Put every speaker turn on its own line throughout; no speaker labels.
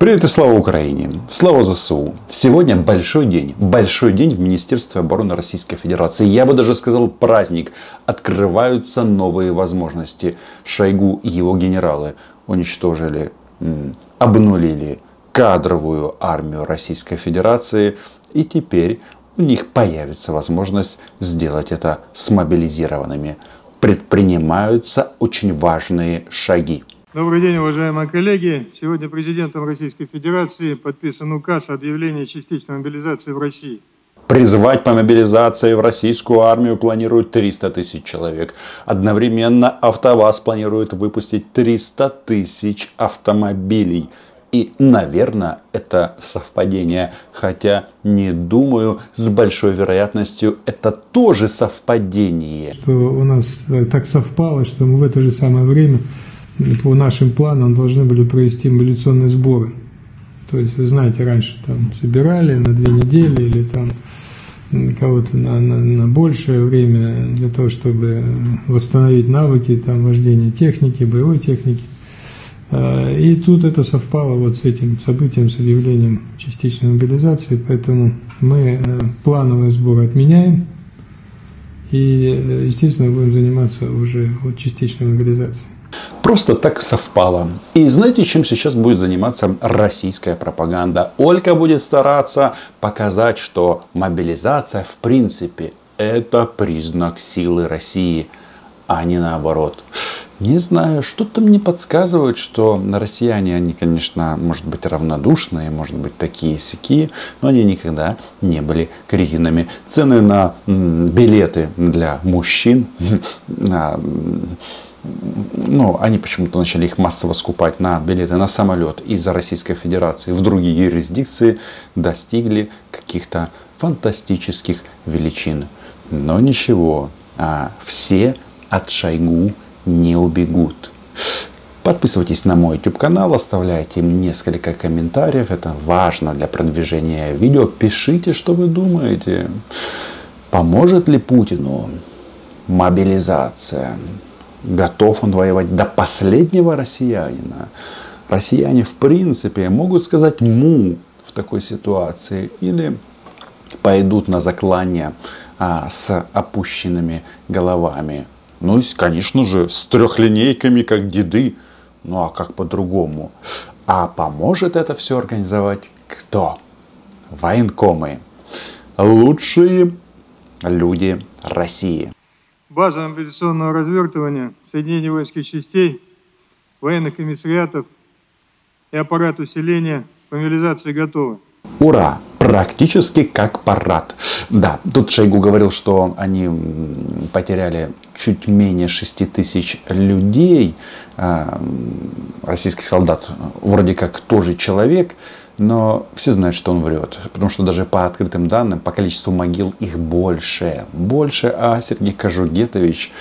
Привет и слава Украине! Слава ЗСУ! Сегодня большой день. Большой день в Министерстве обороны Российской Федерации. Я бы даже сказал праздник. Открываются новые возможности. Шойгу и его генералы уничтожили, обнулили кадровую армию Российской Федерации. И теперь у них появится возможность сделать это с мобилизированными. Предпринимаются очень важные шаги.
Добрый день, уважаемые коллеги. Сегодня президентом Российской Федерации подписан указ о объявлении частичной мобилизации в России.
Призвать по мобилизации в российскую армию планируют 300 тысяч человек. Одновременно АвтоВАЗ планирует выпустить 300 тысяч автомобилей. И, наверное, это совпадение. Хотя, не думаю, с большой вероятностью это тоже совпадение.
Что у нас так совпало, что мы в это же самое время по нашим планам должны были провести мобилизационные сборы. То есть, вы знаете, раньше там собирали на 2 недели или там кого-то на большее время для того, чтобы восстановить навыки там, вождения техники, боевой техники. И тут это совпало вот с этим событием, с объявлением частичной мобилизации, поэтому мы плановые сборы отменяем и, естественно, будем заниматься уже вот частичной мобилизацией.
Просто так совпало. И знаете, чем сейчас будет заниматься российская пропаганда? Ольга будет стараться показать, что мобилизация в принципе это признак силы России, а не наоборот. Не знаю, что-то мне подсказывает, что россияне, они, конечно, может быть равнодушные, может быть такие-сякие, но они никогда не были кретинами. Цены на билеты для мужчин, они почему-то начали их массово скупать на билеты на самолет из Российской Федерации в другие юрисдикции, достигли каких-то фантастических величин. Но ничего, все от Шойгу не убегут. Подписывайтесь на мой YouTube канал, оставляйте несколько комментариев. Это важно для продвижения видео. Пишите, что вы думаете. Поможет ли Путину мобилизация? Готов он воевать до последнего россиянина? Россияне в принципе могут сказать «му» в такой ситуации или пойдут на заклание с опущенными головами. Ну, конечно же, с трехлинейками, как деды. Ну, а как по-другому? А поможет это все организовать кто? Военкомы. Лучшие люди России.
База мобилизационного развертывания, соединение воинских частей, военных комиссариатов и аппарат усиления по мобилизации готовы.
Ура! Практически как парад. Да, тут Шойгу говорил, что они потеряли чуть менее 6 тысяч людей. Российский солдат вроде как тоже человек, но все знают, что он врет. Потому что даже по открытым данным, по количеству могил их больше. А Сергей Кожугетович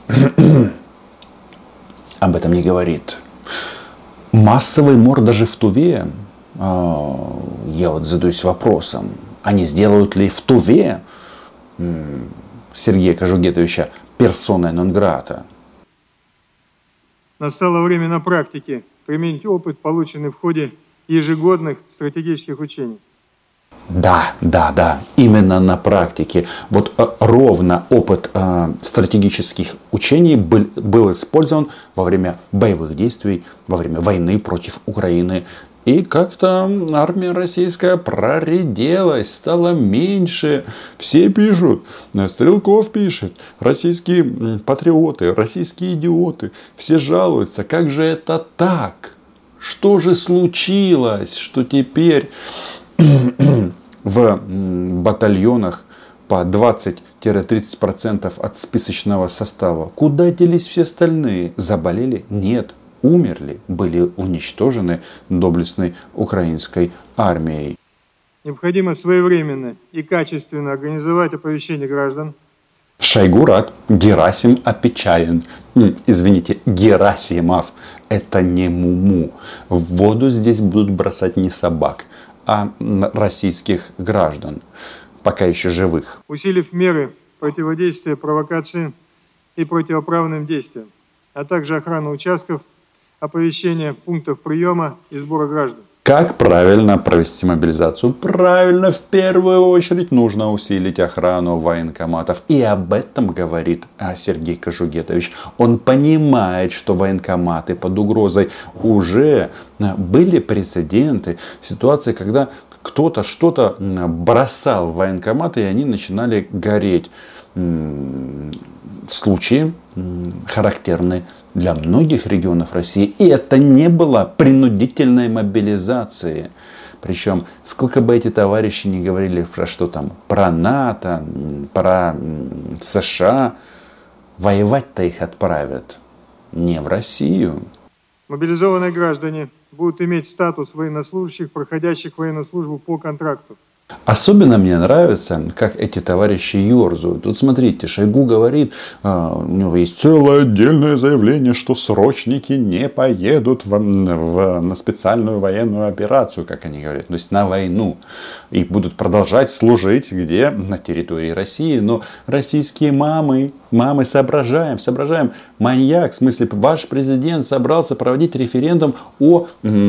об этом не говорит. Массовый мор даже в Туве. Я вот задаюсь вопросом, а не сделают ли в Туве Сергея Кожугетовича персоной нон-грата?
Настало время на практике применить опыт, полученный в ходе ежегодных стратегических учений.
Да, именно на практике. Вот ровно опыт стратегических учений был использован во время боевых действий, во время войны против Украины. И как-то армия российская проределась, стала меньше. Все пишут, Стрелков пишет, российские патриоты, российские идиоты. Все жалуются, как же это так? Что же случилось, что теперь в батальонах по 20-30% от списочного состава? Куда делись все остальные? Заболели? Нет. Умерли, были уничтожены доблестной украинской армией.
Необходимо своевременно и качественно организовать оповещение граждан.
Шойгу рад, Герасим опечален. Извините, Герасимов, это не Муму. В воду здесь будут бросать не собак, а российских граждан, пока еще живых.
Усилив меры противодействия провокации и противоправным действиям, а также охрану участков, оповещение пунктов приема и сбора граждан.
Как правильно провести мобилизацию? Правильно, в первую очередь нужно усилить охрану военкоматов. И об этом говорит Сергей Кожугетович. Он понимает, что военкоматы под угрозой. Уже были прецеденты, ситуации, когда кто-то что-то бросал в военкоматы, и они начинали гореть. Случаи характерны для многих регионов России. И это не было принудительной мобилизации. Причем, сколько бы эти товарищи не говорили про что там, про НАТО, про США, воевать-то их отправят не в Россию.
Мобилизованные граждане будут иметь статус военнослужащих, проходящих военную службу по контракту.
Особенно мне нравится, как эти товарищи ерзают. Тут смотрите, Шойгу говорит, у него есть целое отдельное заявление, что срочники не поедут на специальную военную операцию, как они говорят, то есть на войну. И будут продолжать служить где? На территории России. Но российские мамы соображаем. Маньяк, в смысле, ваш президент собрался проводить референдум о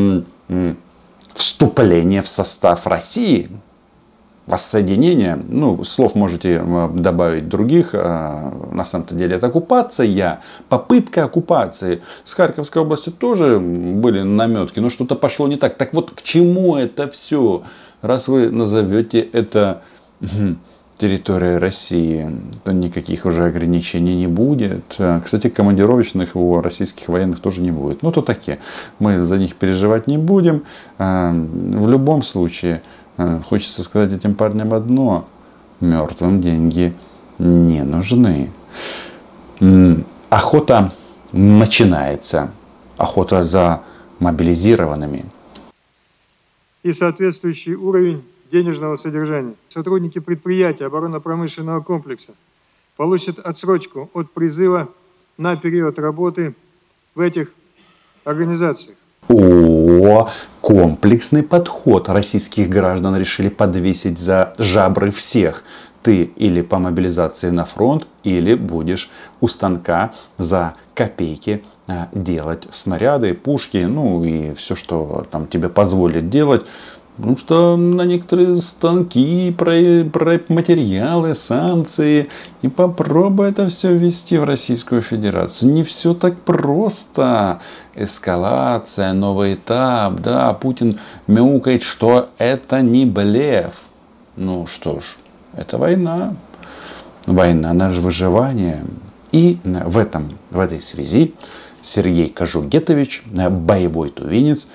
вступлении в состав России. Воссоединение, слов можете добавить других, на самом-то деле это оккупация, попытка оккупации. С Харьковской области тоже были наметки, но что-то пошло не так. Так вот, к чему это все? Раз вы назовете это территорией России, то никаких уже ограничений не будет. Кстати, командировочных у российских военных тоже не будет. То такие. Мы за них переживать не будем. В любом случае, хочется сказать этим парням одно. Мертвым деньги не нужны. Охота начинается. Охота за мобилизированными.
И соответствующий уровень денежного содержания. Сотрудники предприятия оборонно-промышленного комплекса получат отсрочку от призыва на период работы в этих организациях.
Комплексный подход. Российских граждан решили подвесить за жабры всех. Ты или по мобилизации на фронт, или будешь у станка за копейки делать снаряды, пушки, и все, что там тебе позволит делать. Потому что на некоторые станки, материалы, санкции. И попробуй это все ввести в Российскую Федерацию. Не все так просто. Эскалация, новый этап. Да, Путин мяукает, что это не блеф. Что ж, это война. Война на выживание. И в этой связи Сергей Кожугетович, боевой тувинец,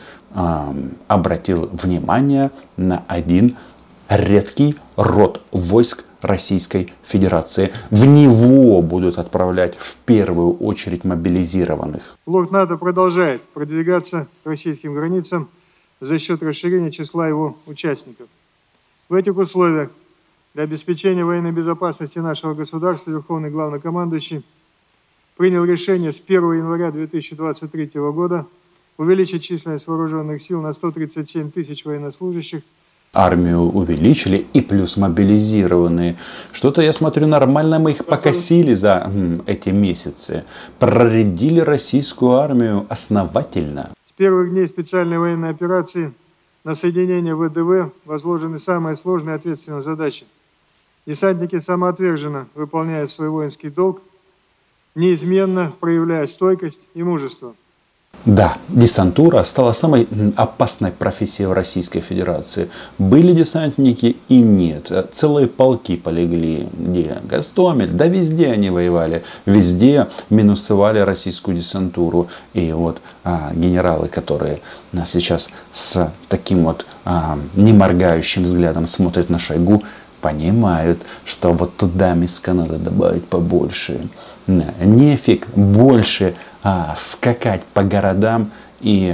обратил внимание на один редкий род войск Российской Федерации. В него будут отправлять в первую очередь мобилизированных.
Флот НАТО продолжает продвигаться к российским границам за счет расширения числа его участников. В этих условиях для обеспечения военной безопасности нашего государства Верховный Главнокомандующий принял решение с 1 января 2023 года увеличить численность вооруженных сил на 137 тысяч военнослужащих.
Армию увеличили и плюс мобилизированные. Что-то, я смотрю, нормально мы их покосили за эти месяцы. Проредили российскую армию основательно.
С первых дней специальной военной операции на соединение ВДВ возложены самые сложные и ответственные задачи. Десантники самоотверженно выполняют свой воинский долг, неизменно проявляя стойкость и мужество.
Да, десантура стала самой опасной профессией в Российской Федерации. Были десантники и нет. Целые полки полегли. Где? Гостомель. Да везде они воевали. Везде минусовали российскую десантуру. И генералы, которые сейчас с таким неморгающим взглядом смотрят на Шойгу, понимают, что туда мяска надо добавить побольше. Нефиг больше скакать по городам и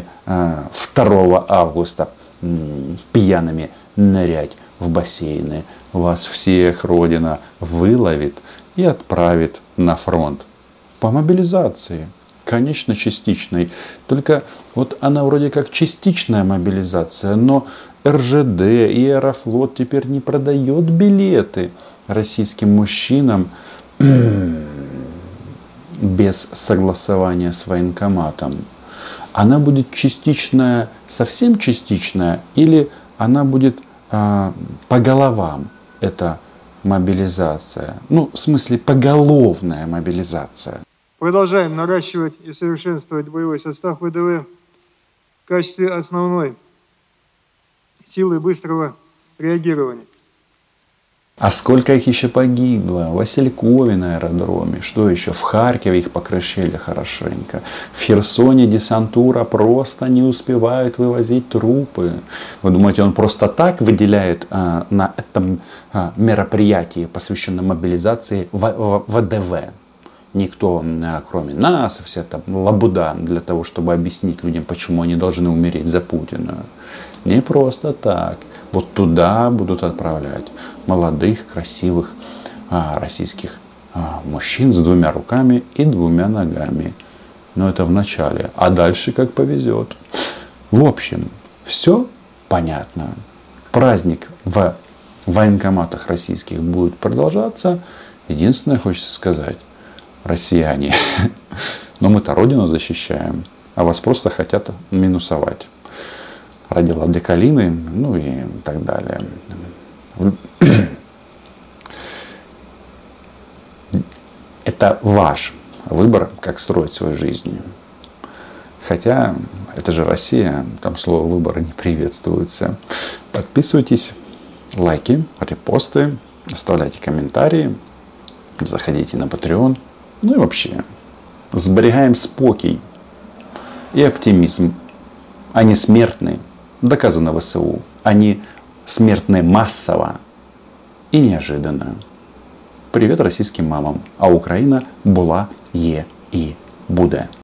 2 августа пьяными нырять в бассейны. Вас всех Родина выловит и отправит на фронт по мобилизации. Конечно, частичной. Только она вроде как частичная мобилизация, но РЖД и Аэрофлот теперь не продает билеты российским мужчинам без согласования с военкоматом. Она будет частичная, совсем частичная, или она будет по головам, это мобилизация. Ну, в смысле, поголовная мобилизация.
Продолжаем наращивать и совершенствовать боевой состав ВДВ в качестве основной силы быстрого реагирования.
А сколько их еще погибло? В Василькове на аэродроме. Что еще? В Харькове их покрошили хорошенько. В Херсоне десантура просто не успевает вывозить трупы. Вы думаете, он просто так выделяет на этом мероприятии, посвященном мобилизации, ВДВ? Никто, кроме нас, вся там лабуда для того, чтобы объяснить людям, почему они должны умереть за Путина. Не просто так. Вот туда будут отправлять молодых, красивых российских мужчин с 2 руками и 2 ногами. Но это в начале. А дальше как повезет. В общем, все понятно. Праздник в военкоматах российских будет продолжаться. Единственное, хочется сказать, россияне, но мы-то Родину защищаем, а вас просто хотят минусовать. Ради Ладыкалины, ну и так далее. Это ваш выбор, как строить свою жизнь. Хотя, это же Россия, там слово выбора не приветствуется. Подписывайтесь, лайки, репосты, оставляйте комментарии, заходите на Patreon. Ну и вообще, сберегаем спокой и оптимизм. Они смертны, доказано ВСУ. Они смертны массово и неожиданно. Привет российским мамам. А Україна була, є і буде.